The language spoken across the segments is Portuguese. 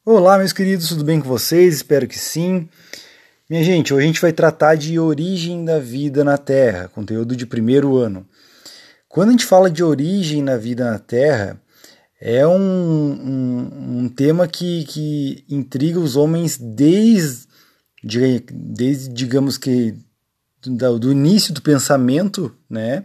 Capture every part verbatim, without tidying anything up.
Olá, meus queridos, tudo bem com vocês? Espero que sim. Minha gente, hoje a gente vai tratar de origem da vida na Terra, conteúdo de primeiro ano. Quando a gente fala de origem na vida na Terra, é um, um, um tema que, que intriga os homens desde, desde digamos que, do, do início do pensamento, né,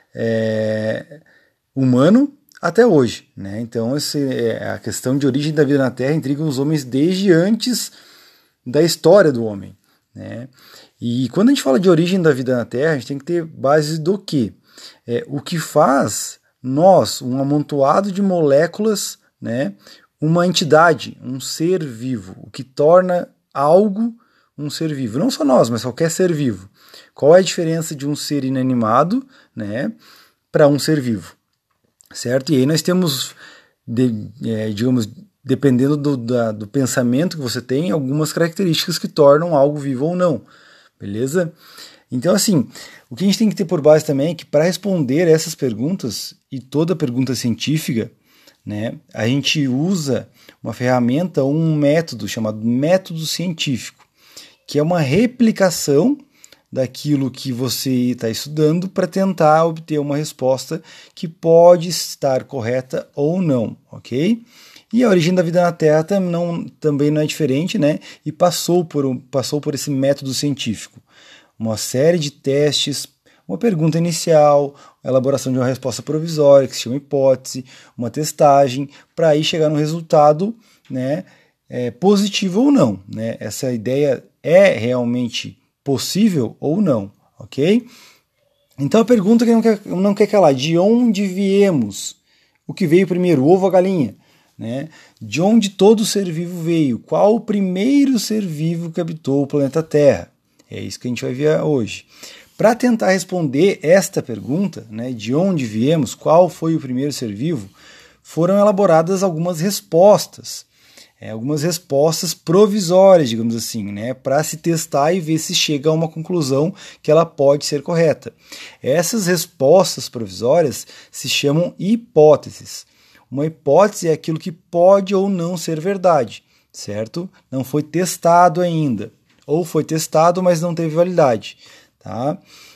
é, humano, até hoje, né? Então esse, a questão de origem da vida na Terra intriga os homens desde antes da história do homem, né? E quando a gente fala de origem da vida na Terra, a gente tem que ter base do quê? É, o que faz nós, um amontoado de moléculas, né, uma entidade, um ser vivo, o que torna algo um ser vivo. Não só nós, mas qualquer ser vivo. Qual é a diferença de um ser inanimado, né, para um ser vivo? Certo? E aí nós temos, de, é, digamos, dependendo do, da, do pensamento que você tem, algumas características que tornam algo vivo ou não, beleza? Então, assim, o que a gente tem que ter por base também é que para responder essas perguntas, e toda pergunta científica, né, a gente usa uma ferramenta ou um método chamado método científico, que é uma replicação daquilo que você está estudando para tentar obter uma resposta que pode estar correta ou não, ok? E a origem da vida na Terra tam, não, também não é diferente, né? E passou por, passou por esse método científico. Uma série de testes, uma pergunta inicial, a elaboração de uma resposta provisória, que se chama hipótese, uma testagem, para aí chegar no resultado, né, é, positivo ou não, né? Essa ideia é realmente possível ou não, ok? Então a pergunta que não quer, não quer calar, de onde viemos? O que veio primeiro, o ovo ou a galinha? Né? De onde todo ser vivo veio? Qual o primeiro ser vivo que habitou o planeta Terra? É isso que a gente vai ver hoje. Para tentar responder esta pergunta, né, de onde viemos, qual foi o primeiro ser vivo, foram elaboradas algumas respostas. É, algumas respostas provisórias, digamos assim, né, para se testar e ver se chega a uma conclusão que ela pode ser correta. Essas respostas provisórias se chamam hipóteses. Uma hipótese é aquilo que pode ou não ser verdade, certo? Não foi testado ainda, ou foi testado, mas não teve validade, tá?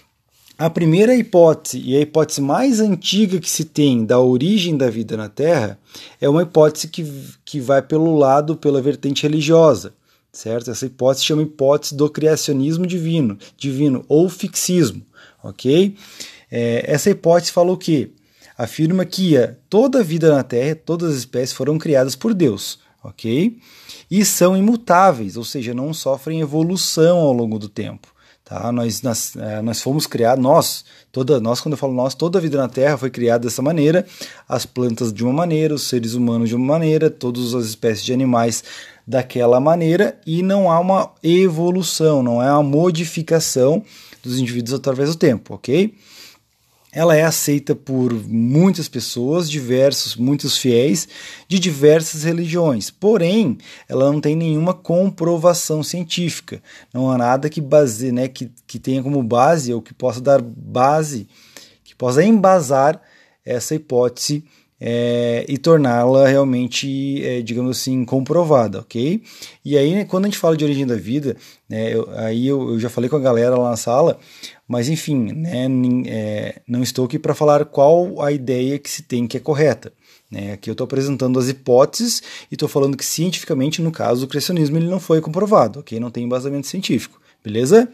A primeira hipótese, e a hipótese mais antiga que se tem da origem da vida na Terra, é uma hipótese que, que vai pelo lado, pela vertente religiosa, certo? Essa hipótese chama hipótese do criacionismo divino, divino ou fixismo, ok? É, essa hipótese fala o quê? Afirma que toda a vida na Terra, todas as espécies foram criadas por Deus, ok? E são imutáveis, ou seja, não sofrem evolução ao longo do tempo. Tá? Nós, nós, nós fomos criados, nós, toda, nós, quando eu falo nós, toda a vida na Terra foi criada dessa maneira, as plantas de uma maneira, os seres humanos de uma maneira, todas as espécies de animais daquela maneira, e não há uma evolução, não há uma modificação dos indivíduos através do tempo, ok? Ela é aceita por muitas pessoas, diversos, muitos fiéis de diversas religiões. Porém, ela não tem nenhuma comprovação científica. Não há nada que base, né, que, que tenha como base ou que possa dar base, que possa embasar essa hipótese é, e torná-la realmente, é, digamos assim, comprovada, ok? E aí, né, quando a gente fala de origem da vida, né, eu, aí eu, eu já falei com a galera lá na sala, mas enfim, né, é, não estou aqui para falar qual a ideia que se tem que é correta. Né? Aqui eu estou apresentando as hipóteses e estou falando que cientificamente, no caso, o criacionismo ele não foi comprovado, ok? Não tem embasamento científico, beleza?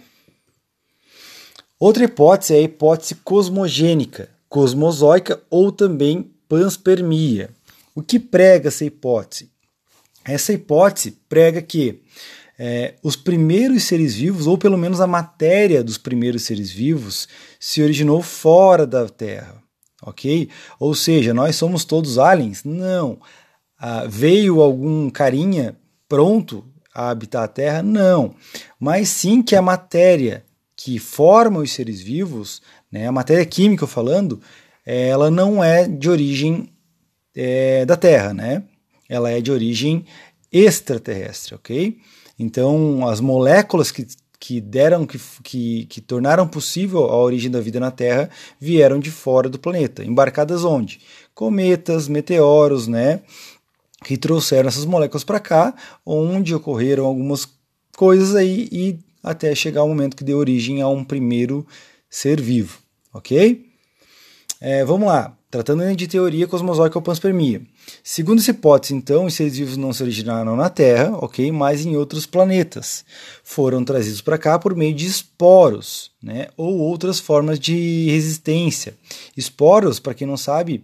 Outra hipótese é a hipótese cosmogênica, cosmozoica ou também panspermia. O que prega essa hipótese? Essa hipótese prega que é, os primeiros seres vivos, ou pelo menos a matéria dos primeiros seres vivos, se originou fora da Terra, ok? Ou seja, nós somos todos aliens? Não. Ah, veio algum carinha pronto a habitar a Terra? Não. Mas sim que a matéria que forma os seres vivos, né, a matéria química falando, ela não é de origem é, da Terra, né? Ela é de origem extraterrestre, ok? Então, as moléculas que, que deram, que, que, que tornaram possível a origem da vida na Terra vieram de fora do planeta. Embarcadas onde? Cometas, meteoros, né? que trouxeram essas moléculas para cá, onde ocorreram algumas coisas aí e até chegar ao momento que deu origem a um primeiro ser vivo, ok? É, vamos lá, tratando de teoria cosmozóica ou panspermia. Segundo essa hipótese, então, os seres vivos não se originaram na Terra, ok, mas em outros planetas. Foram trazidos para cá por meio de esporos, né, ou outras formas de resistência. Esporos, para quem não sabe,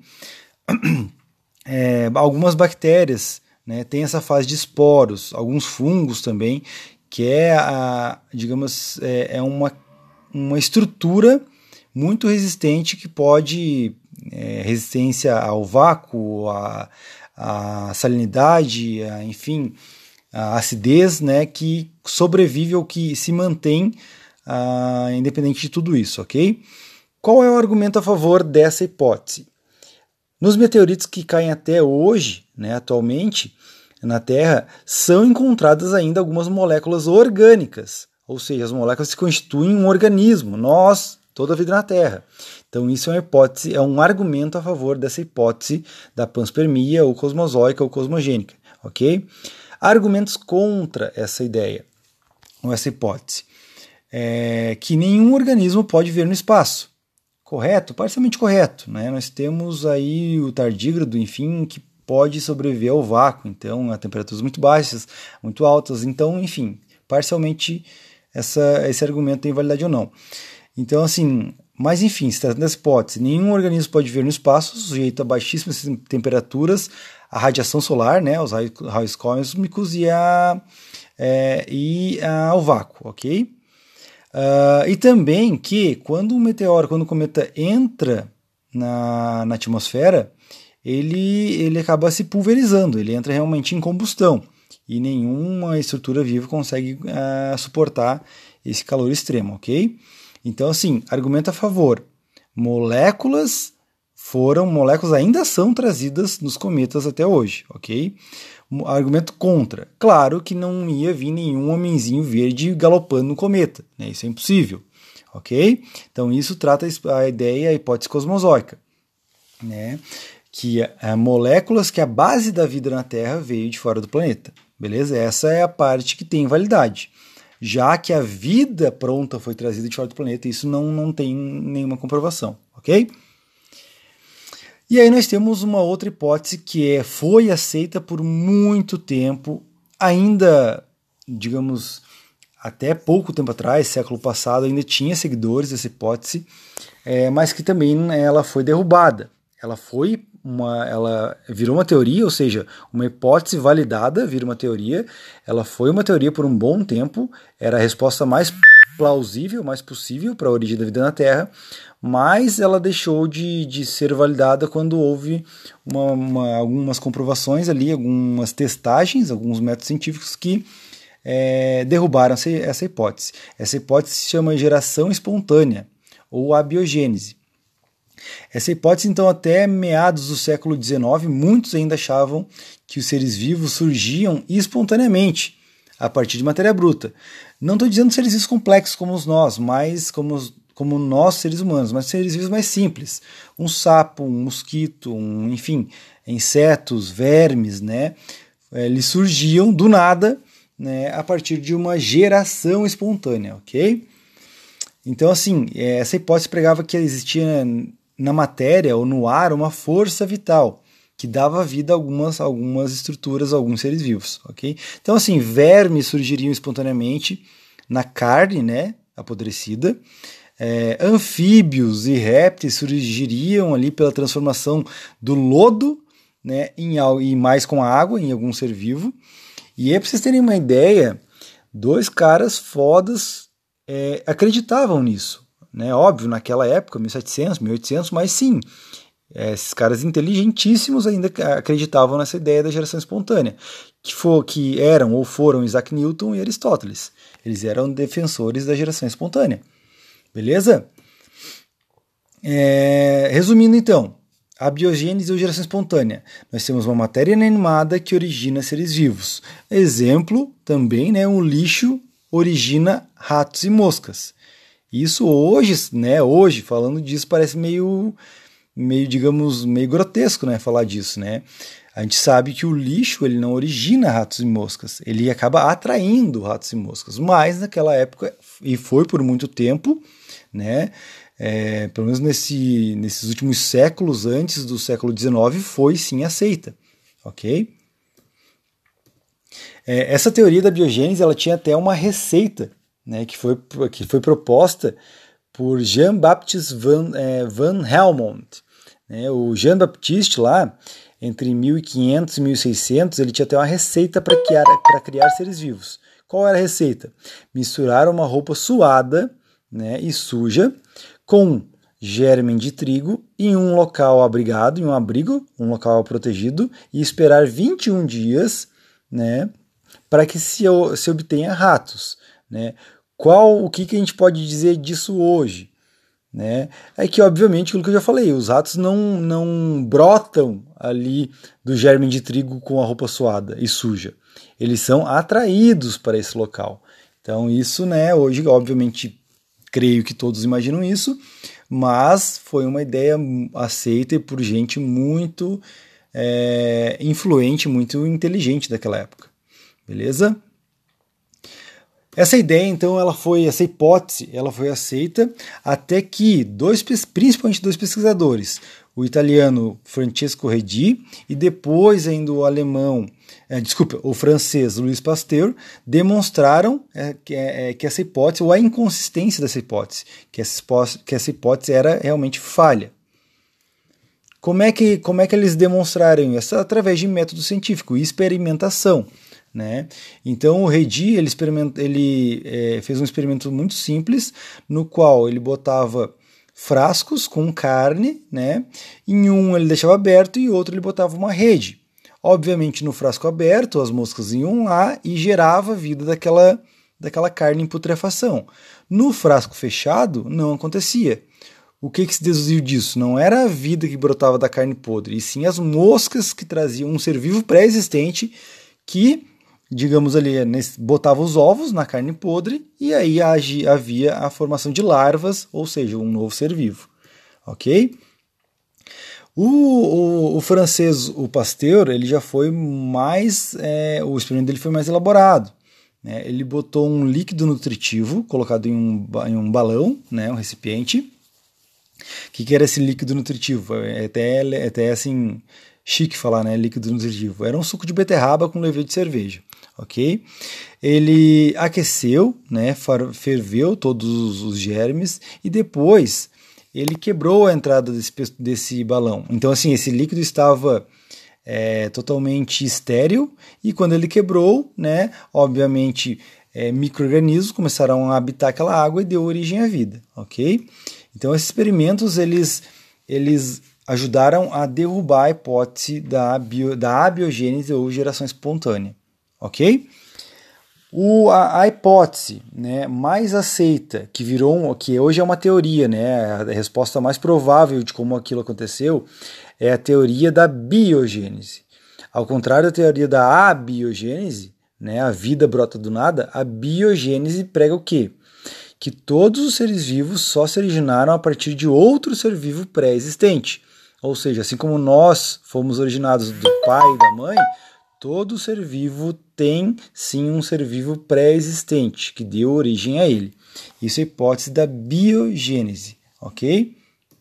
é, algumas bactérias, né, têm essa fase de esporos, alguns fungos também, que é, a, digamos, é, é uma, uma estrutura muito resistente que pode, é, resistência ao vácuo, à, à salinidade, a, enfim, a acidez, né, que sobrevive ou que se mantém a, independente de tudo isso, ok? Qual é o argumento a favor dessa hipótese? Nos meteoritos que caem até hoje, né, atualmente, na Terra, são encontradas ainda algumas moléculas orgânicas, ou seja, as moléculas que constituem um organismo, nós, toda a vida na Terra. Então isso é uma hipótese, é um argumento a favor dessa hipótese da panspermia, ou cosmozóica, ou cosmogênica, ok? Argumentos contra essa ideia, ou essa hipótese, é que nenhum organismo pode viver no espaço. Correto? Parcialmente correto, né? Nós temos aí o tardígrado, enfim, que pode sobreviver ao vácuo, então a temperaturas muito baixas, muito altas, então, enfim, parcialmente essa, esse argumento tem validade ou não. Então, assim, mas enfim, se tratando dessa hipótese, nenhum organismo pode viver no espaço sujeito a baixíssimas temperaturas, a radiação solar, né, os raios cósmicos e, a, é, e a, ao vácuo, ok? Uh, e também que quando um meteoro, quando o cometa entra na, na atmosfera, ele, ele acaba se pulverizando, ele entra realmente em combustão e nenhuma estrutura viva consegue uh, suportar esse calor extremo, ok? Então, assim, argumento a favor, moléculas foram, moléculas ainda são trazidas nos cometas até hoje, ok? Argumento contra, claro que não ia vir nenhum homenzinho verde galopando no cometa, né? Isso é impossível, ok? Então isso trata a ideia, a hipótese cosmozóica, né? Que é, moléculas que a base da vida na Terra veio de fora do planeta, beleza? Essa é a parte que tem validade. Já que a vida pronta foi trazida de fora do planeta, isso não, não tem nenhuma comprovação, ok? E aí nós temos uma outra hipótese que é, foi aceita por muito tempo, ainda, digamos, até pouco tempo atrás, século passado, ainda tinha seguidores dessa hipótese, é, mas que também ela foi derrubada. Ela foi uma, ela virou uma teoria, ou seja, uma hipótese validada vira uma teoria. Ela foi uma teoria por um bom tempo, era a resposta mais plausível, mais possível para a origem da vida na Terra, mas ela deixou de, de ser validada quando houve uma, uma, algumas comprovações ali, algumas testagens, alguns métodos científicos que é, derrubaram essa, essa hipótese. Essa hipótese se chama geração espontânea, ou abiogênese. Essa hipótese, então, até meados do século dezenove, muitos ainda achavam que os seres vivos surgiam espontaneamente, a partir de matéria bruta. Não estou dizendo seres vivos complexos como os nós, mas como, como nós, seres humanos, mas seres vivos mais simples. Um sapo, um mosquito, um, enfim, insetos, vermes, né? Eles surgiam do nada, né, a partir de uma geração espontânea, ok? Então, assim, essa hipótese pregava que existia na matéria ou no ar uma força vital que dava vida a algumas, algumas estruturas, a alguns seres vivos, ok? Então, assim, vermes surgiriam espontaneamente na carne, né, apodrecida, é, anfíbios e répteis surgiriam ali pela transformação do lodo, né, em, e mais com a água em algum ser vivo. E aí, para vocês terem uma ideia, dois caras fodas é, acreditavam nisso, né? Óbvio, naquela época, mil e setecentos, mil e oitocentos, mas sim, esses caras inteligentíssimos ainda acreditavam nessa ideia da geração espontânea, que, for, que eram ou foram Isaac Newton e Aristóteles. Eles eram defensores da geração espontânea. Beleza? É, resumindo então, a biogênese ou geração espontânea. Nós temos uma matéria inanimada que origina seres vivos. Exemplo, também, né, um lixo origina ratos e moscas. Isso hoje, né, hoje, falando disso, parece meio... meio, digamos, meio grotesco, né, falar disso, né? A gente sabe que o lixo ele não origina ratos e moscas, ele acaba atraindo ratos e moscas, mas naquela época, e foi por muito tempo, né, é, pelo menos nesse, nesses últimos séculos antes do século dezenove, foi sim aceita, ok? É, essa teoria da biogênese ela tinha até uma receita, né, que, foi, que foi proposta por Jean-Baptiste Van, é, Van Helmont. Né, o Jean-Baptiste lá, entre mil e quinhentos e mil e seiscentos, ele tinha até uma receita para criar, para criar seres vivos. Qual era a receita? Misturar uma roupa suada, né, e suja com germe de trigo em um local abrigado, em um abrigo, um local protegido, e esperar vinte e um dias, né, para que se, se obtenha ratos. Né? Qual, o que, que a gente pode dizer disso hoje? Né? É que, obviamente, aquilo que eu já falei, os ratos não, não brotam ali do germe de trigo com a roupa suada e suja. Eles são atraídos para esse local. Então, isso, né, hoje, obviamente, creio que todos imaginam isso, mas foi uma ideia aceita por gente muito é, influente, muito inteligente daquela época. Beleza? Essa ideia, então, ela foi, essa hipótese, ela foi aceita até que dois, principalmente dois pesquisadores, o italiano Francesco Redi e depois ainda o alemão, é, desculpa, o francês Louis Pasteur, demonstraram é, que, é, que essa hipótese, ou a inconsistência dessa hipótese, que essa, que essa hipótese era realmente falha. Como é que, como é que eles demonstraram isso? Através de método científico e experimentação. Né? Então o Redi ele, ele é, fez um experimento muito simples, no qual ele botava frascos com carne, né? Em um ele deixava aberto e outro ele botava uma rede. Obviamente no frasco aberto as moscas iam lá e gerava a vida daquela, daquela carne em putrefação. No frasco fechado não acontecia. O que, que se deduziu disso? Não era a vida que brotava da carne podre, e sim as moscas que traziam um ser vivo pré-existente que, digamos ali, botava os ovos na carne podre e aí havia a formação de larvas, ou seja, um novo ser vivo. Ok? O, o, o francês, o Pasteur, ele já foi mais, é, o experimento dele foi mais elaborado. Né? Ele botou um líquido nutritivo colocado em um, em um balão, né, um recipiente. O que, que era esse líquido nutritivo? É até, é até assim, chique falar, né, líquido nutritivo. Era um suco de beterraba com levedura de cerveja. Ok? Ele aqueceu, né, ferveu todos os germes e depois ele quebrou a entrada desse, desse balão. Então, assim, esse líquido estava é, totalmente estéril e quando ele quebrou, né, obviamente, é, micro-organismos começaram a habitar aquela água e deu origem à vida. Ok? Então, esses experimentos, eles, eles ajudaram a derrubar a hipótese da, bio, da abiogênese ou geração espontânea. Ok? O, a, a hipótese, né, mais aceita, que virou, que hoje é uma teoria, né, a resposta mais provável de como aquilo aconteceu, é a teoria da biogênese. Ao contrário da teoria da abiogênese, né, a vida brota do nada, a biogênese prega o quê? Que todos os seres vivos só se originaram a partir de outro ser vivo pré-existente. Ou seja, assim como nós fomos originados do pai e da mãe, todo ser vivo tem, sim, um ser vivo pré-existente, que deu origem a ele. Isso é a hipótese da biogênese, ok?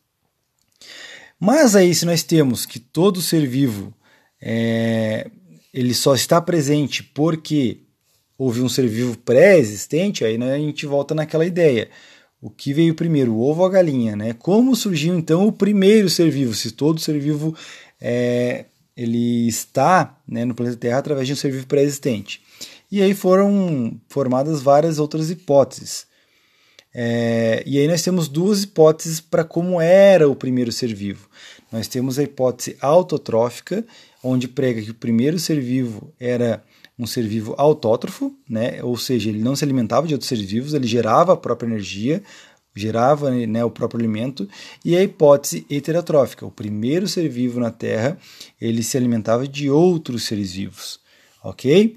Mas aí, se nós temos que todo ser vivo é, ele só está presente porque houve um ser vivo pré-existente, aí, né, a gente volta naquela ideia. O que veio primeiro, o ovo ou a galinha? Né? Como surgiu, então, o primeiro ser vivo? Se todo ser vivo é, ele está, né, no planeta Terra através de um ser vivo pré-existente. E aí foram formadas várias outras hipóteses. É, e aí nós temos duas hipóteses para como era o primeiro ser vivo. Nós temos a hipótese autotrófica, onde prega que o primeiro ser vivo era um ser vivo autótrofo, né? Ou seja, ele não se alimentava de outros seres vivos, ele gerava a própria energia, gerava, né, o próprio alimento, e a hipótese heterotrófica, o primeiro ser vivo na Terra, ele se alimentava de outros seres vivos, ok?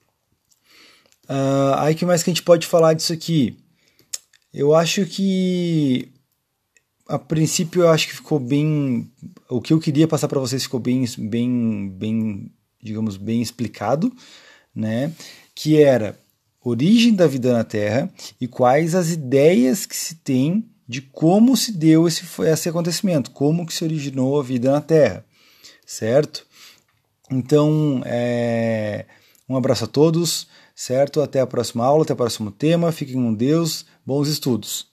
Uh, aí que mais que a gente pode falar disso aqui? Eu acho que a princípio eu acho que ficou bem, o que eu queria passar para vocês ficou bem, bem, bem, digamos, bem explicado, né? Que era origem da vida na Terra e quais as ideias que se tem de como se deu esse, esse acontecimento, como que se originou a vida na Terra, certo? Então, é, um abraço a todos, certo? Até a próxima aula, até o próximo tema, fiquem com Deus, bons estudos!